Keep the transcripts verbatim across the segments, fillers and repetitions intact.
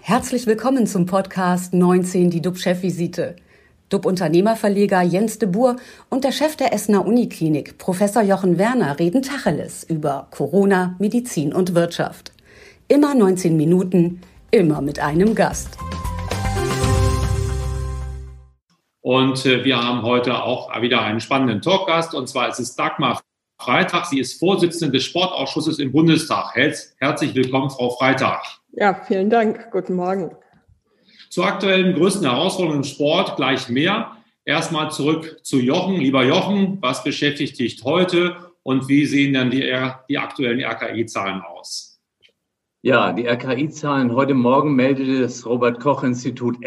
Herzlich willkommen zum Podcast neunzehn, die D U B-Chefvisite. D U B-Unternehmerverleger Jens de Boer und der Chef der Essener Uniklinik, Professor Jochen Werner, reden Tacheles über Corona, Medizin und Wirtschaft. Immer neunzehn Minuten, immer mit einem Gast. Und äh, wir haben heute auch wieder einen spannenden Talkgast, und zwar ist es Dagmar Freitag. Sie ist Vorsitzende des Sportausschusses im Bundestag. Herzlich willkommen, Frau Freitag. Ja, vielen Dank. Guten Morgen. Zur aktuellen größten Herausforderung im Sport gleich mehr. Erstmal zurück zu Jochen. Lieber Jochen, was beschäftigt dich heute und wie sehen dann die, die aktuellen R K I-Zahlen aus? Ja, die R K I-Zahlen. Heute Morgen meldete das Robert-Koch-Institut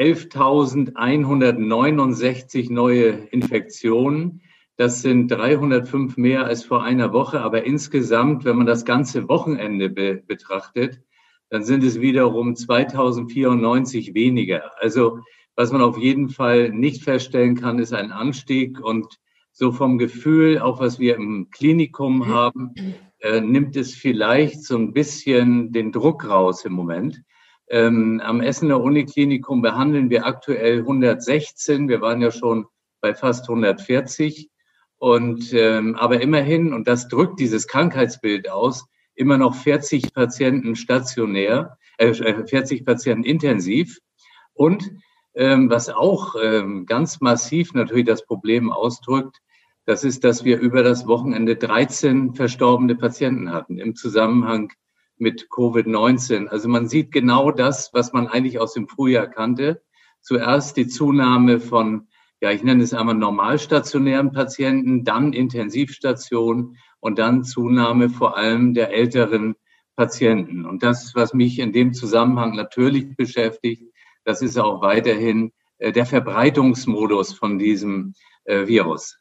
elftausendeinhundertneunundsechzig neue Infektionen. Das sind dreihundertfünf mehr als vor einer Woche. Aber insgesamt, wenn man das ganze Wochenende be- betrachtet, dann sind es wiederum zweitausendvierundneunzig weniger. Also was man auf jeden Fall nicht feststellen kann, ist ein Anstieg. Und so vom Gefühl, auch was wir im Klinikum haben, äh, nimmt es vielleicht so ein bisschen den Druck raus im Moment. Ähm, am Essener Uniklinikum behandeln wir aktuell hundertsechzehn. Wir waren ja schon bei fast hundertvierzig. Und ähm, aber immerhin, und das drückt dieses Krankheitsbild aus, immer noch vierzig Patienten stationär, äh, vierzig Patienten intensiv. Und ähm, was auch ähm, ganz massiv natürlich das Problem ausdrückt, das ist, dass wir über das Wochenende dreizehn verstorbene Patienten hatten im Zusammenhang mit Covid neunzehn. Also man sieht genau das, was man eigentlich aus dem Frühjahr kannte. Zuerst die Zunahme von, ja, ich nenne es einmal normalstationären Patienten, dann Intensivstationen und dann Zunahme vor allem der älteren Patienten. Und das, was mich in dem Zusammenhang natürlich beschäftigt, das ist auch weiterhin äh, der Verbreitungsmodus von diesem äh, Virus.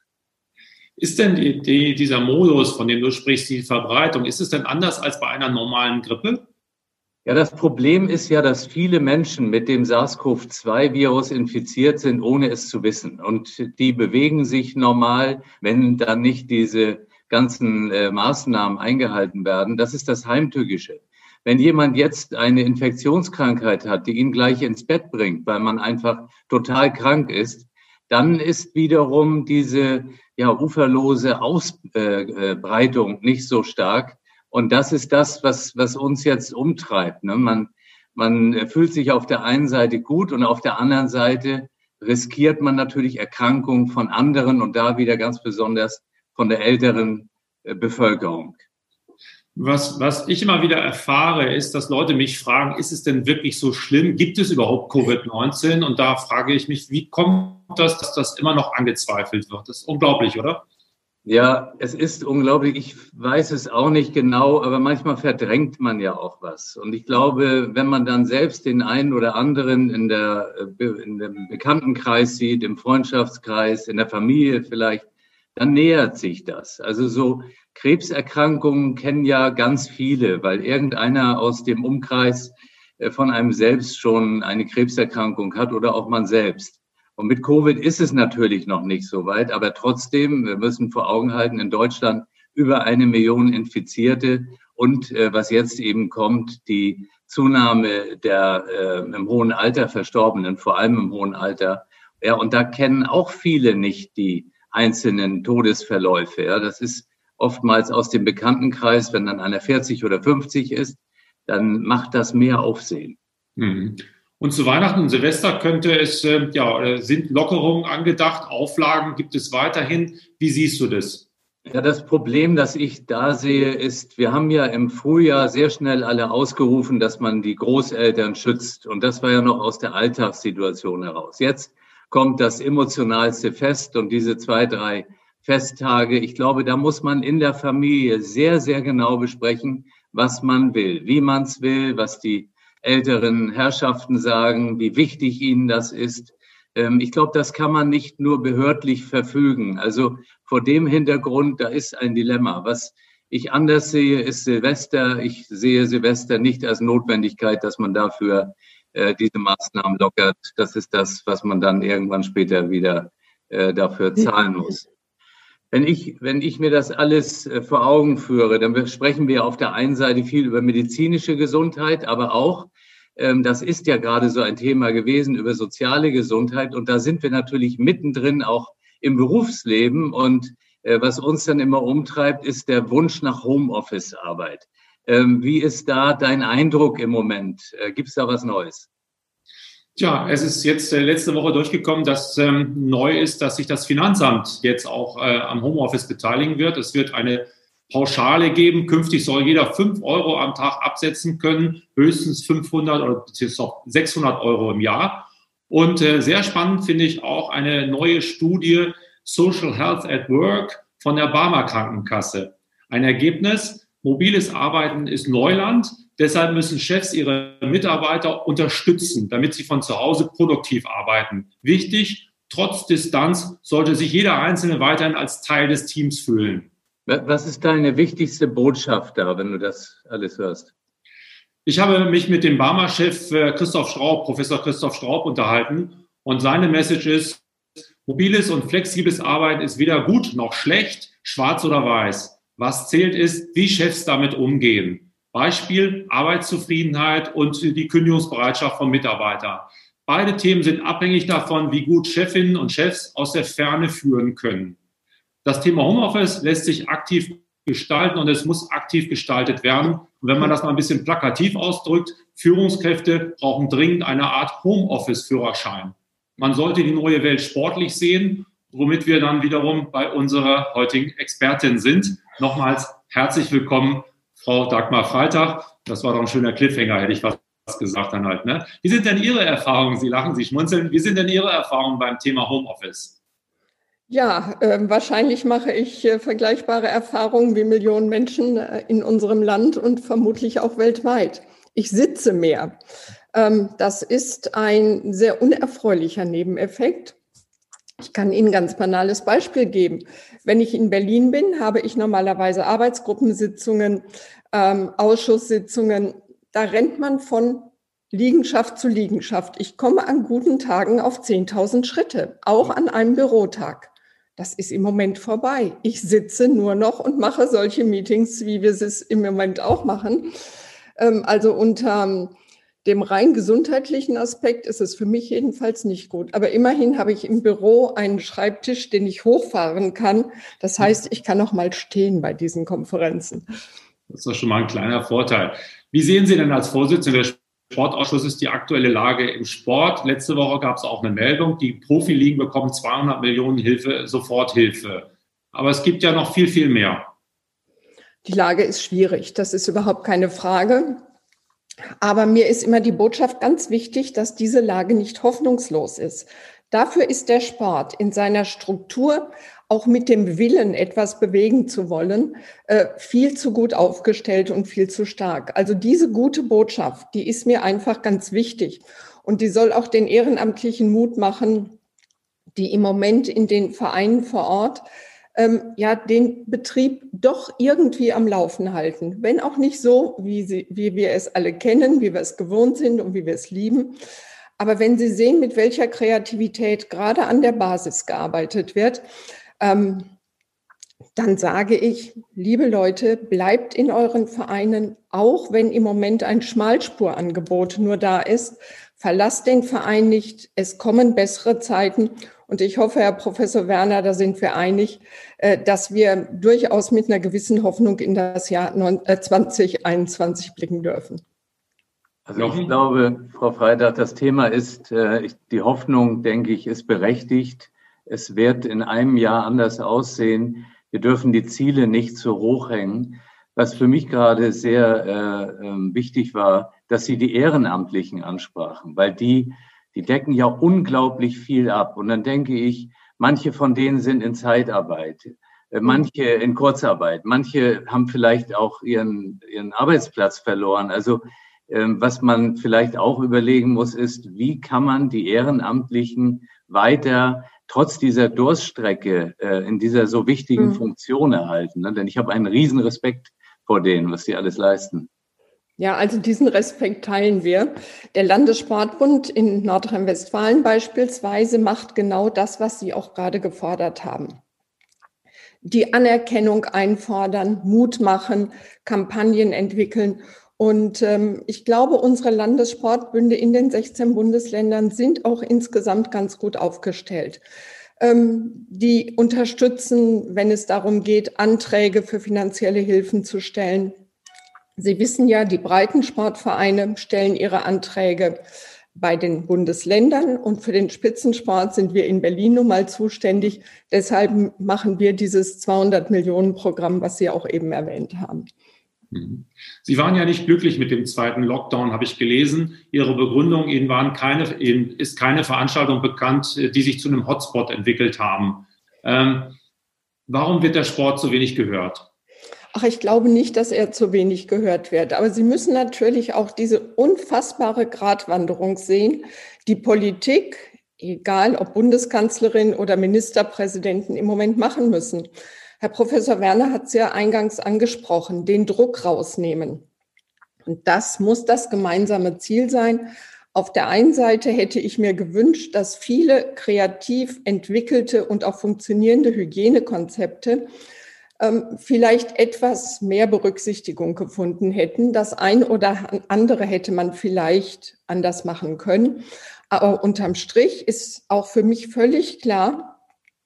Ist denn die, die, dieser Modus, von dem du sprichst, die Verbreitung, ist es denn anders als bei einer normalen Grippe? Ja, das Problem ist ja, dass viele Menschen mit dem SARS-C o V zwei Virus infiziert sind, ohne es zu wissen. Und die bewegen sich normal, wenn dann nicht diese ganzen äh, Maßnahmen eingehalten werden. Das ist das Heimtückische. Wenn jemand jetzt eine Infektionskrankheit hat, die ihn gleich ins Bett bringt, weil man einfach total krank ist, dann ist wiederum diese ja uferlose Ausbreitung äh, nicht so stark. Und das ist das, was was uns jetzt umtreibt. Ne? Man man fühlt sich auf der einen Seite gut und auf der anderen Seite riskiert man natürlich Erkrankungen von anderen und da wieder ganz besonders von der älteren äh, Bevölkerung. Was, was ich immer wieder erfahre, ist, dass Leute mich fragen, ist es denn wirklich so schlimm? Gibt es überhaupt Covid neunzehn? Und da frage ich mich, wie kommt das, dass das immer noch angezweifelt wird? Das ist unglaublich, oder? Ja, es ist unglaublich. Ich weiß es auch nicht genau, aber manchmal verdrängt man ja auch was. Und ich glaube, wenn man dann selbst den einen oder anderen in der, in dem Bekanntenkreis sieht, im Freundschaftskreis, in der Familie vielleicht, dann nähert sich das. Also so Krebserkrankungen kennen ja ganz viele, weil irgendeiner aus dem Umkreis von einem selbst schon eine Krebserkrankung hat oder auch man selbst. Und mit Covid ist es natürlich noch nicht so weit, aber trotzdem, wir müssen vor Augen halten, in Deutschland über eine Million Infizierte und äh, was jetzt eben kommt, die Zunahme der äh, im hohen Alter Verstorbenen, vor allem im hohen Alter. Ja, und da kennen auch viele nicht die einzelnen Todesverläufe. Ja, das ist oftmals aus dem Bekanntenkreis, wenn dann einer vierzig oder fünfzig ist, dann macht das mehr Aufsehen. Mhm. Und zu Weihnachten und Silvester könnte es, äh, ja, sind Lockerungen angedacht, Auflagen gibt es weiterhin. Wie siehst du das? Ja, das Problem, das ich da sehe, ist, wir haben ja im Frühjahr sehr schnell alle ausgerufen, dass man die Großeltern schützt. Und das war ja noch aus der Alltagssituation heraus. Jetzt kommt das emotionalste Fest und diese zwei, drei Festtage. Ich glaube, da muss man in der Familie sehr, sehr genau besprechen, was man will, wie man es will, was die älteren Herrschaften sagen, wie wichtig ihnen das ist. Ich glaube, das kann man nicht nur behördlich verfügen. Also vor dem Hintergrund, da ist ein Dilemma. Was ich anders sehe, ist Silvester. Ich sehe Silvester nicht als Notwendigkeit, dass man dafür äh, diese Maßnahmen lockert. Das ist das, was man dann irgendwann später wieder äh, dafür zahlen muss. Wenn ich, wenn ich mir das alles äh, vor Augen führe, dann sprechen wir auf der einen Seite viel über medizinische Gesundheit, aber auch Das ist ja gerade so ein Thema gewesen über soziale Gesundheit. Und da sind wir natürlich mittendrin auch im Berufsleben. Und was uns dann immer umtreibt, ist der Wunsch nach Homeoffice-Arbeit. Wie ist da dein Eindruck im Moment? Gibt es da was Neues? Tja, es ist jetzt äh, letzte Woche durchgekommen, dass ähm, neu ist, dass sich das Finanzamt jetzt auch äh, am Homeoffice beteiligen wird. Es wird eine Pauschale geben. Künftig soll jeder fünf Euro am Tag absetzen können, höchstens fünfhundert oder sechshundert Euro im Jahr. Und äh, sehr spannend finde ich auch eine neue Studie Social Health at Work von der Barmer Krankenkasse. Ein Ergebnis: Mobiles Arbeiten ist Neuland. Deshalb müssen Chefs ihre Mitarbeiter unterstützen, damit sie von zu Hause produktiv arbeiten. Wichtig: Trotz Distanz sollte sich jeder Einzelne weiterhin als Teil des Teams fühlen. Was ist deine wichtigste Botschaft da, wenn du das alles hörst? Ich habe mich mit dem Barmer-Chef Christoph Straub, Professor Christoph Straub, unterhalten. Und seine Message ist: Mobiles und flexibles Arbeiten ist weder gut noch schlecht, schwarz oder weiß. Was zählt ist, wie Chefs damit umgehen. Beispiel: Arbeitszufriedenheit und die Kündigungsbereitschaft von Mitarbeitern. Beide Themen sind abhängig davon, wie gut Chefinnen und Chefs aus der Ferne führen können. Das Thema Homeoffice lässt sich aktiv gestalten und es muss aktiv gestaltet werden. Und wenn man das mal ein bisschen plakativ ausdrückt: Führungskräfte brauchen dringend eine Art Homeoffice-Führerschein. Man sollte die neue Welt sportlich sehen, womit wir dann wiederum bei unserer heutigen Expertin sind. Nochmals herzlich willkommen, Frau Dagmar Freitag. Das war doch ein schöner Cliffhanger, hätte ich was gesagt dann halt. Ne? Wie sind denn Ihre Erfahrungen? Sie lachen, Sie schmunzeln. Wie sind denn Ihre Erfahrungen beim Thema Homeoffice? Ja, äh, wahrscheinlich mache ich äh, vergleichbare Erfahrungen wie Millionen Menschen äh, in unserem Land und vermutlich auch weltweit. Ich sitze mehr. Ähm, das ist ein sehr unerfreulicher Nebeneffekt. Ich kann Ihnen ein ganz banales Beispiel geben. Wenn ich in Berlin bin, habe ich normalerweise Arbeitsgruppensitzungen, ähm, Ausschusssitzungen. Da rennt man von Liegenschaft zu Liegenschaft. Ich komme an guten Tagen auf zehntausend Schritte, auch an einem Bürotag. Das ist im Moment vorbei. Ich sitze nur noch und mache solche Meetings, wie wir es im Moment auch machen. Ähm, also unter dem rein gesundheitlichen Aspekt ist es für mich jedenfalls nicht gut. Aber immerhin habe ich im Büro einen Schreibtisch, den ich hochfahren kann. Das heißt, ich kann auch mal stehen bei diesen Konferenzen. Das ist doch schon mal ein kleiner Vorteil. Wie sehen Sie denn als Vorsitzende des Sportausschusses die aktuelle Lage im Sport? Letzte Woche gab es auch eine Meldung, die Profiligen bekommen zweihundert Millionen Hilfe, Soforthilfe. Aber es gibt ja noch viel, viel mehr. Die Lage ist schwierig, das ist überhaupt keine Frage. Aber mir ist immer die Botschaft ganz wichtig, dass diese Lage nicht hoffnungslos ist. Dafür ist der Sport in seiner Struktur, auch mit dem Willen, etwas bewegen zu wollen, viel zu gut aufgestellt und viel zu stark. Also diese gute Botschaft, die ist mir einfach ganz wichtig. Und die soll auch den Ehrenamtlichen Mut machen, die im Moment in den Vereinen vor Ort ähm, ja den Betrieb doch irgendwie am Laufen halten. Wenn auch nicht so, wie, sie, wie wir es alle kennen, wie wir es gewohnt sind und wie wir es lieben. Aber wenn Sie sehen, mit welcher Kreativität gerade an der Basis gearbeitet wird, ähm, dann sage ich, liebe Leute, bleibt in euren Vereinen, auch wenn im Moment ein Schmalspurangebot nur da ist. Verlasst den Verein nicht, es kommen bessere Zeiten. Und ich hoffe, Herr Professor Werner, da sind wir einig, dass wir durchaus mit einer gewissen Hoffnung in das Jahr zwanzig einundzwanzig blicken dürfen. Also ich glaube, Frau Freitag, das Thema ist, die Hoffnung, denke ich, ist berechtigt. Es wird in einem Jahr anders aussehen. Wir dürfen die Ziele nicht zu hoch hängen. Was für mich gerade sehr äh, wichtig war, dass Sie die Ehrenamtlichen ansprachen, weil die, die decken ja unglaublich viel ab. Und dann denke ich, manche von denen sind in Zeitarbeit, äh, manche in Kurzarbeit, manche haben vielleicht auch ihren, ihren Arbeitsplatz verloren. Also ähm, was man vielleicht auch überlegen muss, ist, wie kann man die Ehrenamtlichen weiter trotz dieser Durststrecke äh, in dieser so wichtigen mhm. Funktion erhalten. Ne? Denn ich habe einen riesen Respekt vor denen, was sie alles leisten. Ja, also diesen Respekt teilen wir. Der Landessportbund in Nordrhein-Westfalen beispielsweise macht genau das, was Sie auch gerade gefordert haben. Die Anerkennung einfordern, Mut machen, Kampagnen entwickeln. Und ähm, ich glaube, unsere Landessportbünde in den sechzehn Bundesländern sind auch insgesamt ganz gut aufgestellt. Ähm, die unterstützen, wenn es darum geht, Anträge für finanzielle Hilfen zu stellen. Sie wissen ja, die Breitensportvereine stellen ihre Anträge bei den Bundesländern und für den Spitzensport sind wir in Berlin nun mal zuständig. Deshalb machen wir dieses zweihundert Millionen Programm, was Sie auch eben erwähnt haben. Sie waren ja nicht glücklich mit dem zweiten Lockdown, habe ich gelesen. Ihre Begründung, Ihnen, waren keine, Ihnen ist keine Veranstaltung bekannt, die sich zu einem Hotspot entwickelt haben. Ähm, warum wird der Sport so wenig gehört? Ach, ich glaube nicht, dass er zu wenig gehört wird. Aber Sie müssen natürlich auch diese unfassbare Gratwanderung sehen. Die Politik, egal ob Bundeskanzlerin oder Ministerpräsidenten, im Moment machen müssen. Herr Professor Werner hat es ja eingangs angesprochen, den Druck rausnehmen. Und das muss das gemeinsame Ziel sein. Auf der einen Seite hätte ich mir gewünscht, dass viele kreativ entwickelte und auch funktionierende Hygienekonzepte vielleicht etwas mehr Berücksichtigung gefunden hätten. Das ein oder andere hätte man vielleicht anders machen können. Aber unterm Strich ist auch für mich völlig klar,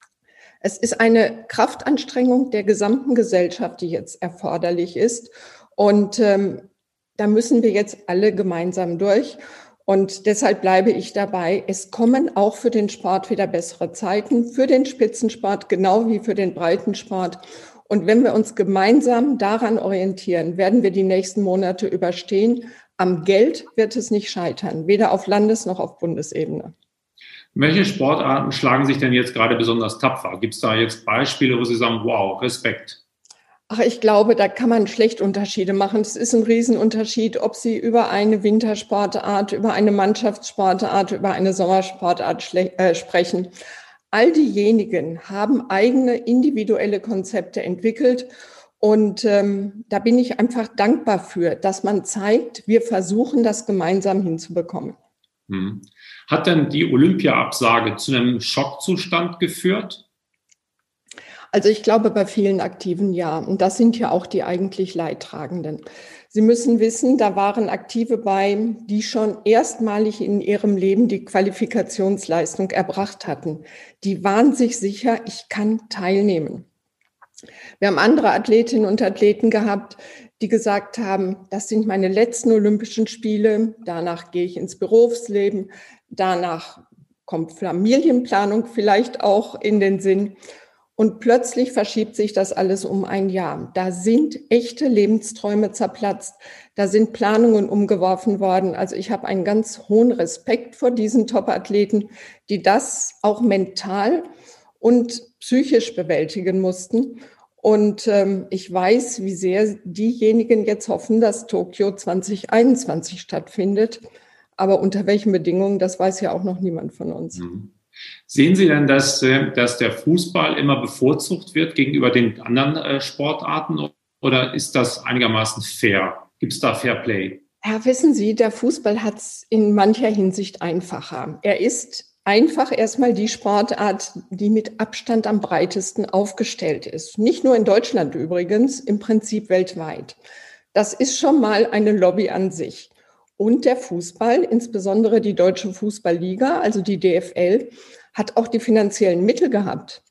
es ist eine Kraftanstrengung der gesamten Gesellschaft, die jetzt erforderlich ist. Und ähm, da müssen wir jetzt alle gemeinsam durch. Und deshalb bleibe ich dabei, es kommen auch für den Sport wieder bessere Zeiten, für den Spitzensport genau wie für den Breitensport. Und wenn wir uns gemeinsam daran orientieren, werden wir die nächsten Monate überstehen. Am Geld wird es nicht scheitern, weder auf Landes- noch auf Bundesebene. Welche Sportarten schlagen sich denn jetzt gerade besonders tapfer? Gibt es da jetzt Beispiele, wo Sie sagen, wow, Respekt? Ach, ich glaube, da kann man schlecht Unterschiede machen. Es ist ein Riesenunterschied, ob Sie über eine Wintersportart, über eine Mannschaftssportart, über eine Sommersportart schle- äh, sprechen. All diejenigen haben eigene individuelle Konzepte entwickelt und ähm, da bin ich einfach dankbar für, dass man zeigt, wir versuchen das gemeinsam hinzubekommen. Hm. Hat denn die Olympia-Absage zu einem Schockzustand geführt? Also ich glaube bei vielen Aktiven ja. Und das sind ja auch die eigentlich Leidtragenden. Sie müssen wissen, da waren Aktive bei, die schon erstmalig in ihrem Leben die Qualifikationsleistung erbracht hatten. Die waren sich sicher, ich kann teilnehmen. Wir haben andere Athletinnen und Athleten gehabt, die gesagt haben, das sind meine letzten Olympischen Spiele, danach gehe ich ins Berufsleben, danach kommt Familienplanung vielleicht auch in den Sinn. Und plötzlich verschiebt sich das alles um ein Jahr. Da sind echte Lebensträume zerplatzt. Da sind Planungen umgeworfen worden. Also ich habe einen ganz hohen Respekt vor diesen Top-Athleten, die das auch mental und psychisch bewältigen mussten. Und ähm, ich weiß, wie sehr diejenigen jetzt hoffen, dass Tokio zwanzig einundzwanzig stattfindet. Aber unter welchen Bedingungen, das weiß ja auch noch niemand von uns. Mhm. Sehen Sie denn, dass, dass der Fußball immer bevorzugt wird gegenüber den anderen Sportarten oder ist das einigermaßen fair? Gibt es da Fair Play? Ja, wissen Sie, der Fußball hat es in mancher Hinsicht einfacher. Er ist einfach erstmal die Sportart, die mit Abstand am breitesten aufgestellt ist. Nicht nur in Deutschland übrigens, im Prinzip weltweit. Das ist schon mal eine Lobby an sich. Und der Fußball, insbesondere die Deutsche Fußballliga, also die D F L, hat auch die finanziellen Mittel gehabt,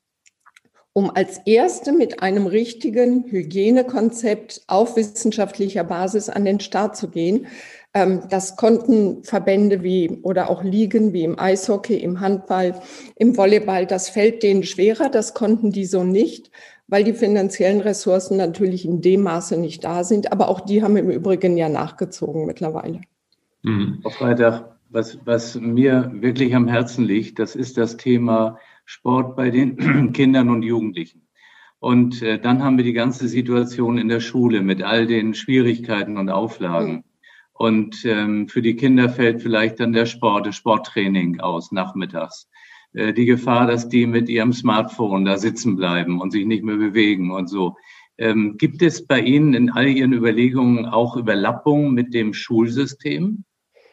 um als erste mit einem richtigen Hygienekonzept auf wissenschaftlicher Basis an den Start zu gehen. Das konnten Verbände wie oder auch Ligen wie im Eishockey, im Handball, im Volleyball, das fällt denen schwerer, das konnten die so nicht, weil die finanziellen Ressourcen natürlich in dem Maße nicht da sind. Aber auch die haben im Übrigen ja nachgezogen mittlerweile. Mhm. Frau Freitag, was, was mir wirklich am Herzen liegt, das ist das Thema Sport bei den Kindern und Jugendlichen. Und äh, dann haben wir die ganze Situation in der Schule mit all den Schwierigkeiten und Auflagen. Mhm. Und ähm, für die Kinder fällt vielleicht dann der Sport, das Sporttraining aus nachmittags. Äh, die Gefahr, dass die mit ihrem Smartphone da sitzen bleiben und sich nicht mehr bewegen und so. Ähm, gibt es bei Ihnen in all Ihren Überlegungen auch Überlappungen mit dem Schulsystem?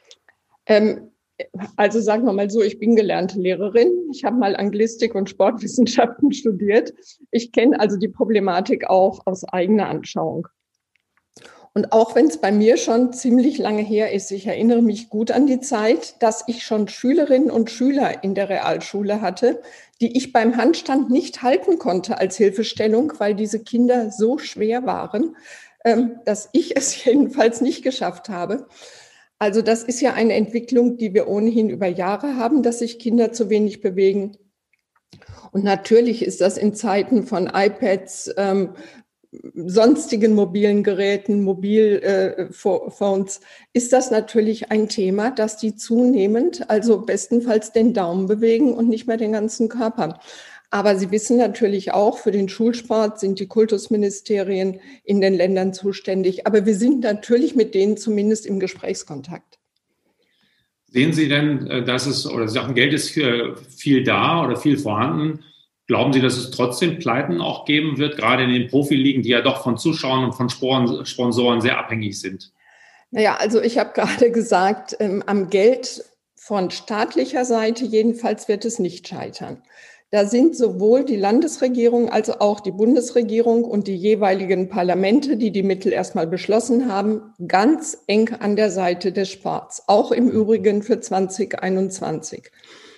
Ähm, also sagen wir mal so, ich bin gelernte Lehrerin. Ich habe mal Anglistik und Sportwissenschaften studiert. Ich kenne also die Problematik auch aus eigener Anschauung. Und auch wenn es bei mir schon ziemlich lange her ist, ich erinnere mich gut an die Zeit, dass ich schon Schülerinnen und Schüler in der Realschule hatte, die ich beim Handstand nicht halten konnte als Hilfestellung, weil diese Kinder so schwer waren, dass ich es jedenfalls nicht geschafft habe. Also das ist ja eine Entwicklung, die wir ohnehin über Jahre haben, dass sich Kinder zu wenig bewegen. Und natürlich ist das in Zeiten von iPads, ähm, sonstigen mobilen Geräten, Mobilphones, ist das natürlich ein Thema, dass die zunehmend, also bestenfalls den Daumen bewegen und nicht mehr den ganzen Körper. Aber Sie wissen natürlich auch, für den Schulsport sind die Kultusministerien in den Ländern zuständig. Aber wir sind natürlich mit denen zumindest im Gesprächskontakt. Sehen Sie denn, dass es, oder Sie sagen, Geld ist für viel da oder viel vorhanden? Glauben Sie, dass es trotzdem Pleiten auch geben wird, gerade in den Profiligen, die ja doch von Zuschauern und von Sponsoren sehr abhängig sind? Naja, also ich habe gerade gesagt, ähm, am Geld von staatlicher Seite jedenfalls wird es nicht scheitern. Da sind sowohl die Landesregierung als auch die Bundesregierung und die jeweiligen Parlamente, die die Mittel erstmal beschlossen haben, ganz eng an der Seite des Sports, auch im Übrigen für zwanzig einundzwanzig.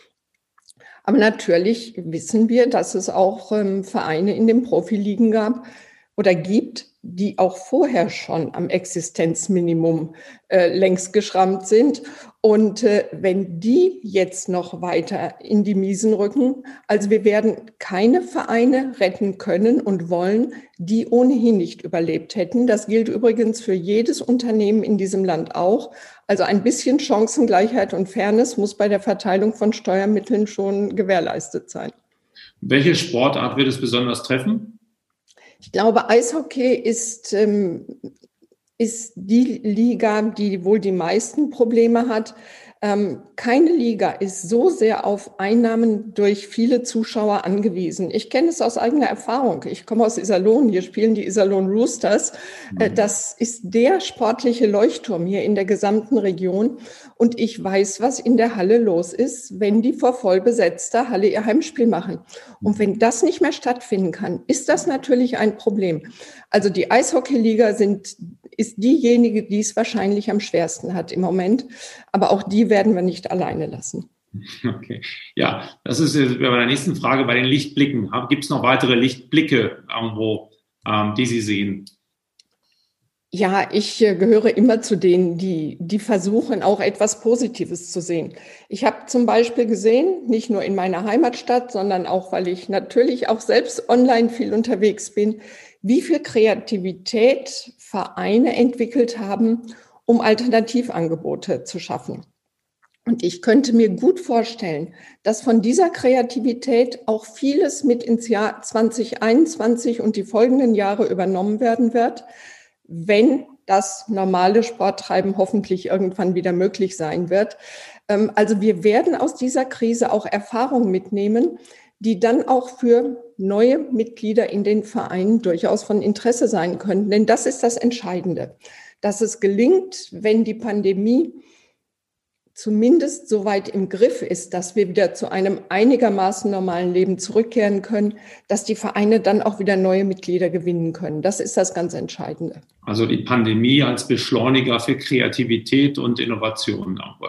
Aber natürlich wissen wir, dass es auch ähm, Vereine in den Profiligen gab oder gibt, die auch vorher schon am Existenzminimum äh, längst geschrammt sind. Und äh, wenn die jetzt noch weiter in die Miesen rücken, also wir werden keine Vereine retten können und wollen, die ohnehin nicht überlebt hätten. Das gilt übrigens für jedes Unternehmen in diesem Land auch. Also ein bisschen Chancengleichheit und Fairness muss bei der Verteilung von Steuermitteln schon gewährleistet sein. Welche Sportart wird es besonders treffen? Ich glaube, Eishockey ist, ähm, ist die Liga, die wohl die meisten Probleme hat. Ähm, keine Liga ist so sehr auf Einnahmen durch viele Zuschauer angewiesen. Ich kenne es aus eigener Erfahrung. Ich komme aus Iserlohn. Hier spielen die Iserlohn Roosters. Äh, das ist der sportliche Leuchtturm hier in der gesamten Region. Und ich weiß, was in der Halle los ist, wenn die vor voll besetzter Halle ihr Heimspiel machen. Und wenn das nicht mehr stattfinden kann, ist das natürlich ein Problem. Also die Eishockeyliga sind, ist diejenige, die es wahrscheinlich am schwersten hat im Moment. Aber auch die werden wir nicht alleine lassen. Okay. Ja, das ist bei der nächsten Frage bei den Lichtblicken. Gibt es noch weitere Lichtblicke irgendwo, ähm, die Sie sehen? Ja, ich äh, gehöre immer zu denen, die, die versuchen, auch etwas Positives zu sehen. Ich habe zum Beispiel gesehen, nicht nur in meiner Heimatstadt, sondern auch, weil ich natürlich auch selbst online viel unterwegs bin, wie viel Kreativität Vereine entwickelt haben, um Alternativangebote zu schaffen. Und ich könnte mir gut vorstellen, dass von dieser Kreativität auch vieles mit ins Jahr zwanzig einundzwanzig und die folgenden Jahre übernommen werden wird, wenn das normale Sporttreiben hoffentlich irgendwann wieder möglich sein wird. Also wir werden aus dieser Krise auch Erfahrungen mitnehmen, die dann auch für neue Mitglieder in den Vereinen durchaus von Interesse sein könnten. Denn das ist das Entscheidende, dass es gelingt, wenn die Pandemie zumindest so weit im Griff ist, dass wir wieder zu einem einigermaßen normalen Leben zurückkehren können, dass die Vereine dann auch wieder neue Mitglieder gewinnen können. Das ist das ganz Entscheidende. Also die Pandemie als Beschleuniger für Kreativität und Innovation auch.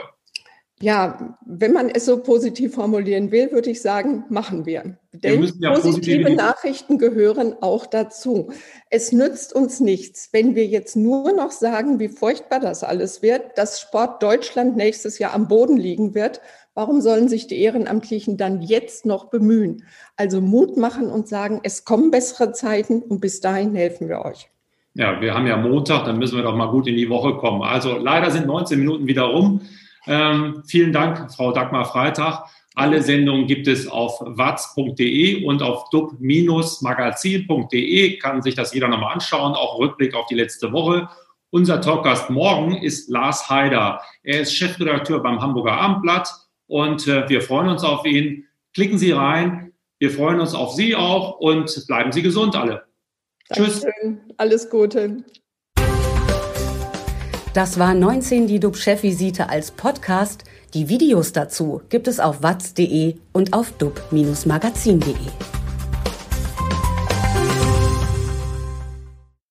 Ja, wenn man es so positiv formulieren will, würde ich sagen, machen wir. Denn wir ja positive, positive Nachrichten gehören auch dazu. Es nützt uns nichts, wenn wir jetzt nur noch sagen, wie furchtbar das alles wird, dass Sport Deutschland nächstes Jahr am Boden liegen wird. Warum sollen sich die Ehrenamtlichen dann jetzt noch bemühen? Also Mut machen und sagen, es kommen bessere Zeiten und bis dahin helfen wir euch. Ja, wir haben ja Montag, dann müssen wir doch mal gut in die Woche kommen. Also leider sind neunzehn Minuten wieder rum. Ähm, vielen Dank, Frau Dagmar Freitag. Alle Sendungen gibt es auf watz punkt de und auf dub Magazin punkt de. Kann sich das jeder nochmal anschauen, auch Rückblick auf die letzte Woche. Unser Talkgast morgen ist Lars Haider. Er ist Chefredakteur beim Hamburger Abendblatt und äh, wir freuen uns auf ihn. Klicken Sie rein. Wir freuen uns auf Sie auch und bleiben Sie gesund alle. Tschüss. Alles Gute. Das war neunzehn die D U B-Chefvisite als Podcast. Die Videos dazu gibt es auf watz punkt de und auf dub Magazin punkt de.